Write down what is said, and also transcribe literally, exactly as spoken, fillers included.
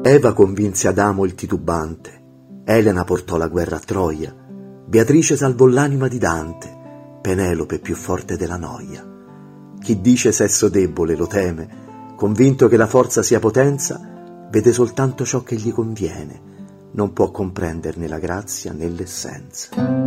Eva convinse Adamo il titubante, Elena portò la guerra a Troia, Beatrice salvò l'anima di Dante, Penelope più forte della noia. Chi dice sesso debole lo teme, convinto che la forza sia potenza, vede soltanto ciò che gli conviene, non può comprenderne la grazia né l'essenza.